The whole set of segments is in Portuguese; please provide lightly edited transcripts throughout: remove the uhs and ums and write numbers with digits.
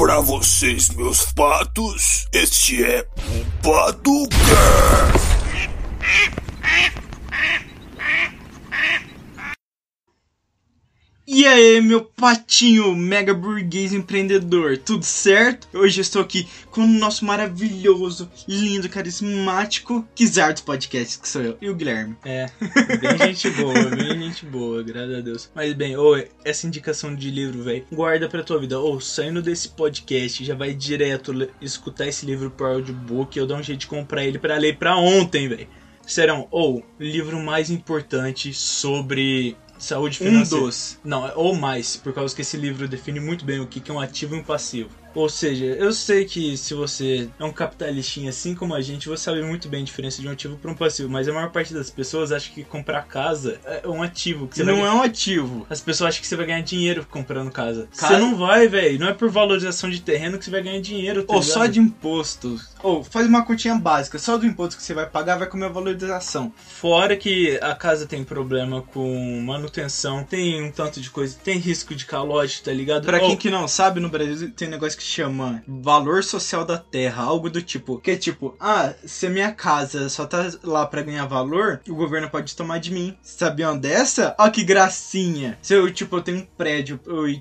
Pra vocês, meus patos, este é o Paducast. E aí, meu patinho mega burguês empreendedor, tudo certo? Hoje eu estou aqui com o nosso maravilhoso, lindo, carismático Kizardos Podcast, que sou eu, e o Guilherme. Bem gente boa, graças a Deus. Mas bem, essa indicação de livro, velho, guarda pra tua vida. Saindo desse podcast, já vai direto escutar esse livro por audiobook, eu dou um jeito de comprar ele pra ler pra ontem, velho. Serão, o livro mais importante sobre saúde financeira. Não, ou mais, por causa que esse livro define muito bem o que é um ativo e um passivo. Ou seja, eu sei que se você é um capitalistinha assim como a gente, você sabe muito bem a diferença de um ativo para um passivo, mas a maior parte das pessoas acha que comprar casa é um ativo. Que você não é um ativo. As pessoas acham que você vai ganhar dinheiro comprando casa. Você não vai, velho. Não é por valorização de terreno que você vai ganhar dinheiro, tá ligado? Só de imposto. Faz uma continha básica. Só do imposto que você vai pagar vai comer a valorização. Fora que a casa tem problema com manutenção, tem um tanto de coisa, tem risco de calote, tá ligado? Pra quem que não sabe, no Brasil tem um negócio que chama valor social da terra, algo do tipo, que é tipo, se a minha casa só tá lá pra ganhar valor, o governo pode tomar de mim. Sabiam dessa? Ó que gracinha. Se eu tenho um prédio,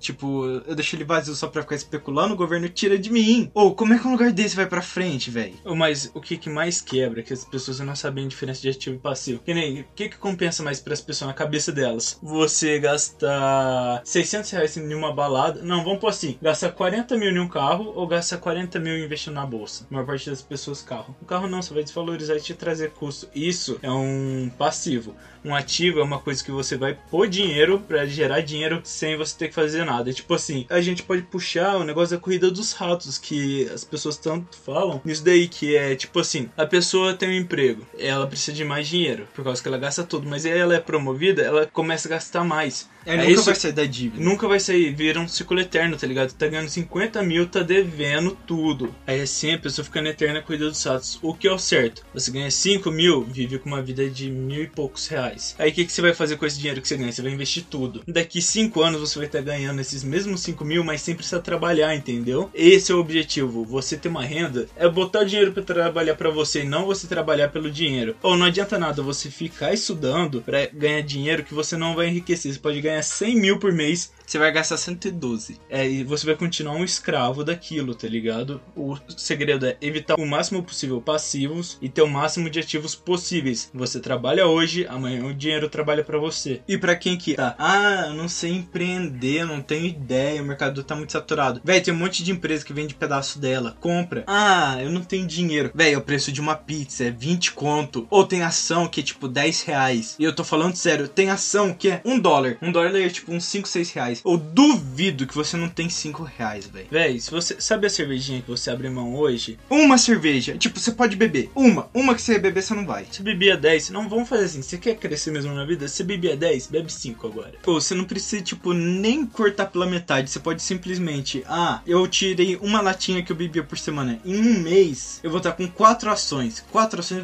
eu deixo ele vazio só pra ficar especulando, o governo tira de mim. Como é que um lugar desse vai pra frente, velho? Mas o que mais quebra é que as pessoas não sabem a diferença de ativo e passivo. Que nem, o que compensa mais pras pessoas na cabeça delas? Você gastar 600 reais em uma balada, não, vamos pôr assim, gastar 40 mil em um carro ou gastar 40 mil investindo na bolsa. A maior parte das pessoas, carro. O carro não, você vai desvalorizar e te trazer custo. Isso é um passivo. Um ativo é uma coisa que você vai pôr dinheiro pra gerar dinheiro sem você ter que fazer nada. Tipo assim, a gente pode puxar o negócio da corrida dos ratos, que as pessoas tanto falam. Isso daí que é, tipo assim, a pessoa tem um emprego, ela precisa de mais dinheiro, por causa que ela gasta tudo. Mas aí ela é promovida, ela começa a gastar mais. Nunca vai sair da dívida. Nunca vai sair, vira um ciclo eterno, tá ligado? Tá ganhando 50 mil, tá devendo tudo. Aí assim a pessoa fica na eterna cuida dos ratos. O que é o certo? Você ganha 5 mil, vive com uma vida de 1.000 e poucos reais. Aí o que você vai fazer com esse dinheiro que você ganha? Você vai investir tudo. Daqui 5 anos você vai estar ganhando esses mesmos 5 mil, mas sem precisar trabalhar, entendeu? Esse é o objetivo. Você ter uma renda é botar o dinheiro pra trabalhar pra você e não você trabalhar pelo dinheiro. Não adianta nada você ficar estudando pra ganhar dinheiro que você não vai enriquecer. Você pode ganhar 100 mil por mês, você vai gastar 112. E você vai continuar um escravo daquilo, tá ligado? O segredo é evitar o máximo possível passivos e ter o máximo de ativos possíveis. Você trabalha hoje, amanhã o dinheiro trabalha pra você. E pra quem que eu não sei empreender, não tenho ideia, o mercado tá muito saturado. Véi, tem um monte de empresa que vende pedaço dela, compra. Eu não tenho dinheiro. Véi, é o preço de uma pizza, é 20 conto. Ou tem ação que é tipo 10 reais. E eu tô falando sério, tem ação que é $1. $1 é tipo uns 5, 6 reais. Eu duvido que você não tem 5 reais, velho. Véi, se você sabe a cervejinha que você abre mão hoje? Uma cerveja, você pode beber. Uma que você beber, você não vai. Você bebia 10, não, vamos fazer assim. Você quer crescer mesmo na vida? Você bebia 10, bebe 5 agora. Você não precisa, nem cortar pela metade. Você pode simplesmente, eu tirei uma latinha que eu bebia por semana. Em um mês, eu vou estar com 4 ações. 4 ações,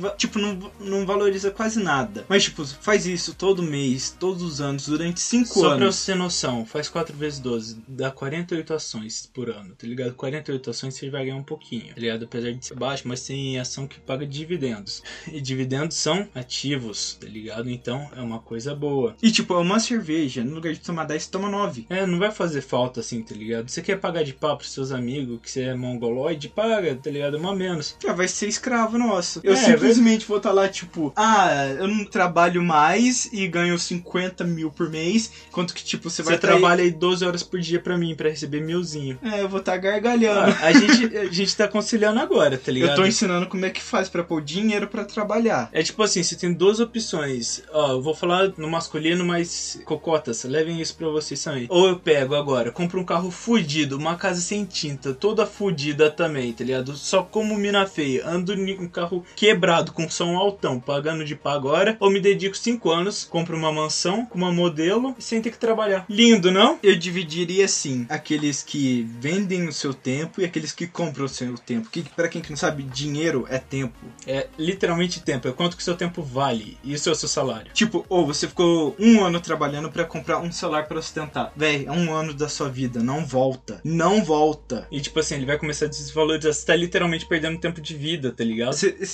não valoriza quase nada. Mas, faz isso todo mês, todos os anos, durante 5 anos. Só pra você ter noção, faz 4 vezes 12, dá 48 ações por ano, tá ligado? 48 ações você vai ganhar um pouquinho, tá ligado? Apesar de ser baixo, mas tem ação que paga dividendos. E dividendos são ativos, tá ligado? Então é uma coisa boa. E é uma cerveja, no lugar de tomar 10, você toma 9. Não vai fazer falta assim, tá ligado? Você quer pagar de pau pros seus amigos que você é mongoloide? Paga, tá ligado? Uma menos. Vai ser escravo nosso. Eu simplesmente vou estar lá, eu não trabalho mais e ganho 50 mil por mês, enquanto que, você vai trabalha aí 12 horas por dia pra mim, pra receber milzinho. Eu vou estar gargalhando. A gente tá conciliando agora, tá ligado? Eu tô ensinando como é que faz pra pôr dinheiro pra trabalhar. É tipo assim, você tem 2 opções. Eu vou falar no masculino, mas cocotas, levem isso pra vocês também. Ou eu pego agora, compro um carro fudido, uma casa sem tinta, toda fudida também, tá ligado? Só como mina feia, ando em um carro quebrado, com som altão, pagando de pá agora. Ou me dedico 5 anos, compro uma mansão com uma modelo, sem ter que trabalhar. Lindo, não? Eu dividiria assim, aqueles que vendem o seu tempo e aqueles que compram o seu tempo. Que pra quem que não sabe, dinheiro é tempo. É literalmente tempo, é quanto que o seu tempo vale. Isso é o seu salário. Tipo, você ficou 1 ano trabalhando pra comprar um celular pra sustentar. Véi, é 1 ano da sua vida, não volta. Não volta. E tipo assim, ele vai começar a desvalorizar. Você tá literalmente perdendo tempo de vida, tá ligado?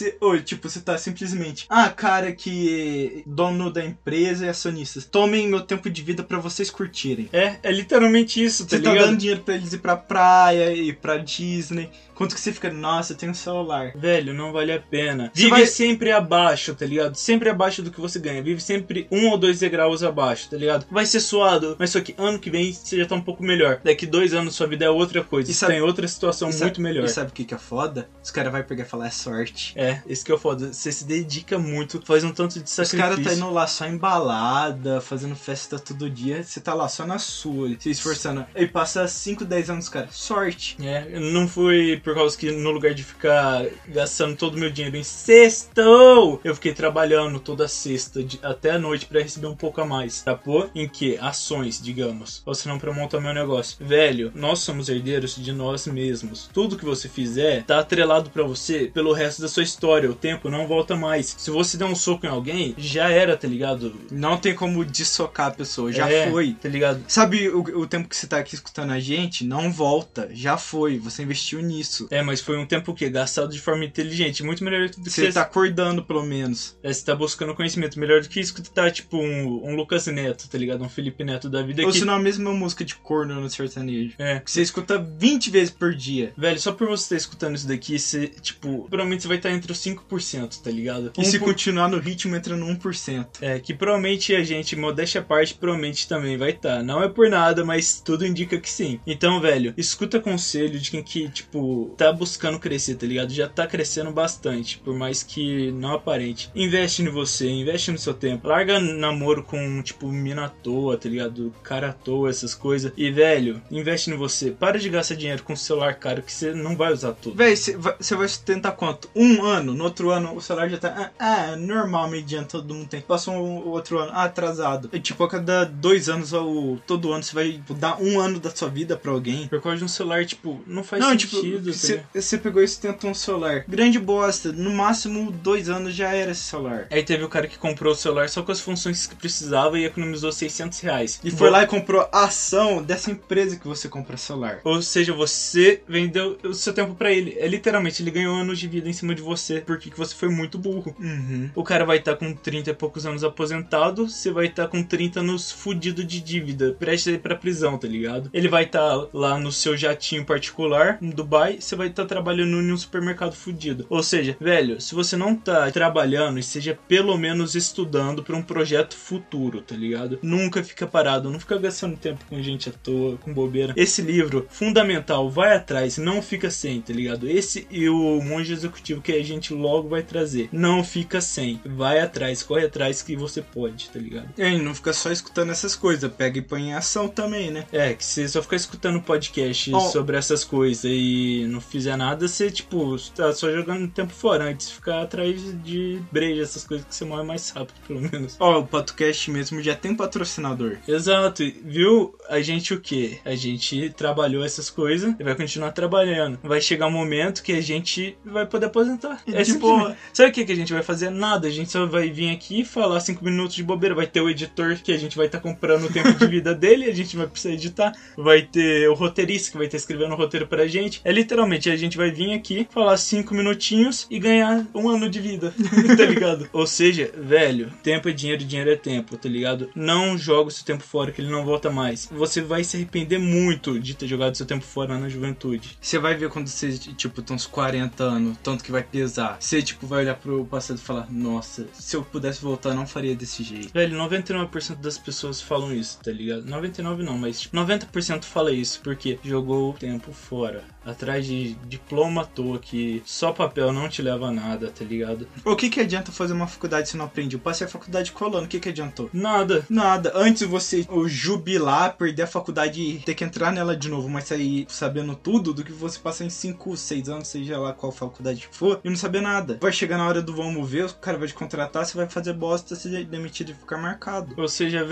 Você tá simplesmente... cara que dono da empresa e acionistas, tomem meu tempo de vida pra vocês curtirem. É literalmente isso, tá ligado? Você tá dando dinheiro pra eles ir pra praia, ir pra Disney... Quanto que você fica, nossa, eu tenho um celular. Velho, não vale a pena. Vive sempre abaixo, tá ligado? Sempre abaixo do que você ganha. Vive sempre 1 ou 2 degraus abaixo, tá ligado? Vai ser suado, mas só que ano que vem você já tá um pouco melhor. Daqui 2 anos sua vida é outra coisa. Você tá em outra situação muito melhor. E sabe o que é foda? Os caras vão pegar e falar, é sorte. Esse que é o foda. Você se dedica muito, faz um tanto de sacrifício. Os caras tá indo lá só em balada, fazendo festa todo dia. Você tá lá só na sua, se esforçando. E passa 5, 10 anos, cara. Sorte. Não foi por causa que no lugar de ficar gastando todo o meu dinheiro em sextou, eu fiquei trabalhando toda sexta até a noite pra receber um pouco a mais. Pra pôr em que? Ações, digamos. Ou se não, pra montar meu negócio. Velho, nós somos herdeiros de nós mesmos. Tudo que você fizer tá atrelado pra você pelo resto da sua história. O tempo não volta mais. Se você der um soco em alguém, já era, tá ligado? Não tem como dessocar a pessoa, já foi. Tá ligado? Sabe o tempo que você tá aqui escutando a gente? Não volta, já foi. Você investiu nisso. Mas foi um tempo que gastado de forma inteligente, muito melhor do que você tá acordando, pelo menos. Você tá buscando conhecimento, melhor do que escutar, tipo, um Lucas Neto, tá ligado? Um Felipe Neto da vida. Ou se não, a mesma música de corno no sertanejo. Que você escuta 20 vezes por dia. Velho, só por você estar escutando isso daqui, você, tipo, provavelmente você vai estar entre os 5%, tá ligado? E se continuar no ritmo, entra no 1%. Que provavelmente a gente, modéstia à parte, provavelmente também vai estar. Não é por nada, mas tudo indica que sim. Então, velho, escuta conselho de quem que, tipo, tá buscando crescer, tá ligado? Já tá crescendo bastante, por mais que não aparente. Investe em você, investe no seu tempo. Larga namoro com, tipo, mina à toa, tá ligado? Cara à toa, essas coisas. E, velho, investe em você. Para de gastar dinheiro com celular caro, que você não vai usar tudo. Véi, você vai sustentar quanto? 1 ano? No outro ano, o celular já tá... normal, mediano, todo mundo tem. Passou o outro ano, atrasado. E, tipo, a cada 2 anos, ou todo ano, você vai dar 1 ano da sua vida pra alguém. Por causa de um celular, tipo, não faz sentido. Tipo, você pegou isso, tentou um celular. Grande bosta. No máximo 2 anos já era esse celular. Aí teve o cara que comprou o celular só com as funções que precisava e economizou R$600. E foi lá e comprou a ação dessa empresa que você compra celular. Ou seja, você vendeu o seu tempo pra ele. Literalmente, ele ganhou anos de vida em cima de você, porque você foi muito burro. O cara vai estar com 30 e poucos anos aposentado, você vai estar com 30 anos fudido de dívida, prestes a ir pra prisão, tá ligado? Ele vai estar lá no seu jatinho particular, em Dubai, você vai estar trabalhando em um supermercado fudido. Ou seja, velho, se você não tá trabalhando e seja pelo menos estudando pra um projeto futuro, tá ligado? Nunca fica parado, não fica gastando tempo com gente à toa, com bobeira. Esse livro, fundamental, vai atrás, não fica sem, tá ligado? Esse e o Monge Executivo que a gente logo vai trazer. Não fica sem, vai atrás, corre atrás que você pode, tá ligado? E não fica só escutando essas coisas, pega e põe em ação também, né? Que se você só ficar escutando podcast sobre essas coisas e não fizer nada, você, tipo, tá só jogando tempo fora, antes de ficar atrás de breja, essas coisas que você morre mais rápido, pelo menos. O podcast mesmo já tem patrocinador. Exato, viu? A gente o quê? A gente trabalhou essas coisas e vai continuar trabalhando. Vai chegar um momento que a gente vai poder aposentar. Tipo, sabe o que a gente vai fazer? Nada, a gente só vai vir aqui falar 5 minutos de bobeira, vai ter o editor que a gente vai estar comprando o tempo de vida dele, a gente vai precisar editar, vai ter o roteirista que vai estar escrevendo o roteiro pra gente. Literalmente, a gente vai vir aqui, falar 5 minutinhos e ganhar 1 ano de vida, tá ligado? Ou seja, velho, tempo é dinheiro, dinheiro é tempo, tá ligado? Não joga o seu tempo fora, que ele não volta mais. Você vai se arrepender muito de ter jogado seu tempo fora na juventude. Você vai ver quando você, tipo, tem uns 40 anos, tanto que vai pesar. Você, tipo, vai olhar pro passado e falar, nossa, se eu pudesse voltar, eu não faria desse jeito. Velho, 99% das pessoas falam isso, tá ligado? 99 não, mas tipo, 90% fala isso, porque jogou o tempo fora. Atrás de diploma à toa, que só papel não te leva a nada, tá ligado? O que adianta fazer uma faculdade se não aprende? Eu passei a faculdade colando, o que adiantou? Nada. Antes você jubilar, perder a faculdade e ter que entrar nela de novo, mas sair sabendo tudo do que você passar em 5, 6 anos, seja lá qual faculdade for, e não saber nada. Vai chegar na hora do vamos ver, o cara vai te contratar, você vai fazer bosta, ser demitido e ficar marcado. Ou seja, velho,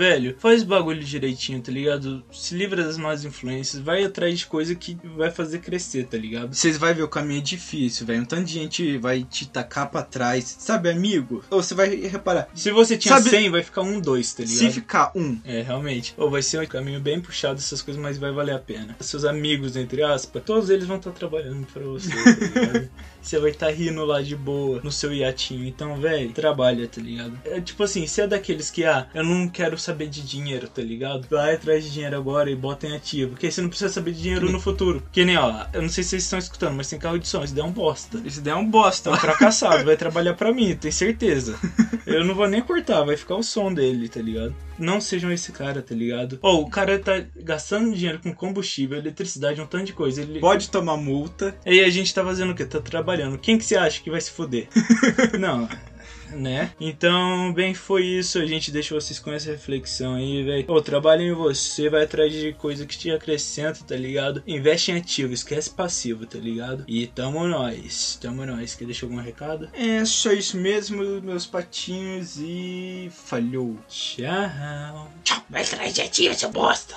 velho, faz o bagulho direitinho, tá ligado? Se livra das más influências, vai atrás de coisa que vai fazer crescer, tá ligado? Vocês vão ver o caminho é difícil, velho. Um tanto de gente vai te tacar pra trás. Sabe, amigo? Ou você vai reparar. Se você tinha 100, vai ficar 1, 2, tá ligado? Se ficar 1. É, realmente. Ou vai ser um caminho bem puxado essas coisas, mas vai valer a pena. Seus amigos, entre aspas, todos eles vão estar trabalhando pra você, tá ligado? Você vai estar rindo lá de boa, no seu iatinho. Então, velho, trabalha, tá ligado? É tipo assim, se é daqueles que, eu não quero saber de dinheiro, tá ligado? Vai atrás de dinheiro agora e bota em ativo. Porque aí você não precisa saber de dinheiro no futuro. Que nem, eu não sei se vocês estão escutando, mas tem carro de som, isso daí é um bosta. Isso daí é um bosta. É um fracassado, vai trabalhar pra mim, tenho certeza. Eu não vou nem cortar, vai ficar o som dele, tá ligado? Não sejam esse cara, tá ligado? O cara tá gastando dinheiro com combustível, eletricidade, um tanto de coisa. Ele pode tomar multa. E a gente tá fazendo o quê? Tá trabalhando. Quem que você acha que vai se fuder? Não, né? Então, bem, foi isso. A gente deixa vocês com essa reflexão aí, velho. Trabalha em você, vai atrás de coisa que te acrescenta, tá ligado? Investe em ativo, esquece passivo, tá ligado? E tamo nós. Quer deixar algum recado? É só isso mesmo, meus patinhos, e falhou. Tchau. Tchau, vai atrás de ativo, seu bosta.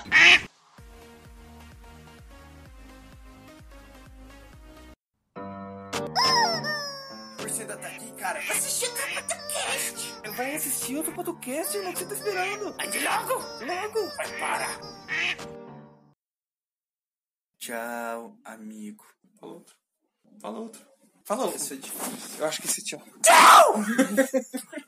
Você ainda tá aqui, cara? Assistiu o podcast. Vai assistir outro podcast, irmão, que você tá esperando. Ande logo. Logo. Vai, para. Tchau, amigo. Fala outro. Fala outro. Esse é difícil. Eu acho que esse tchau. Tchau!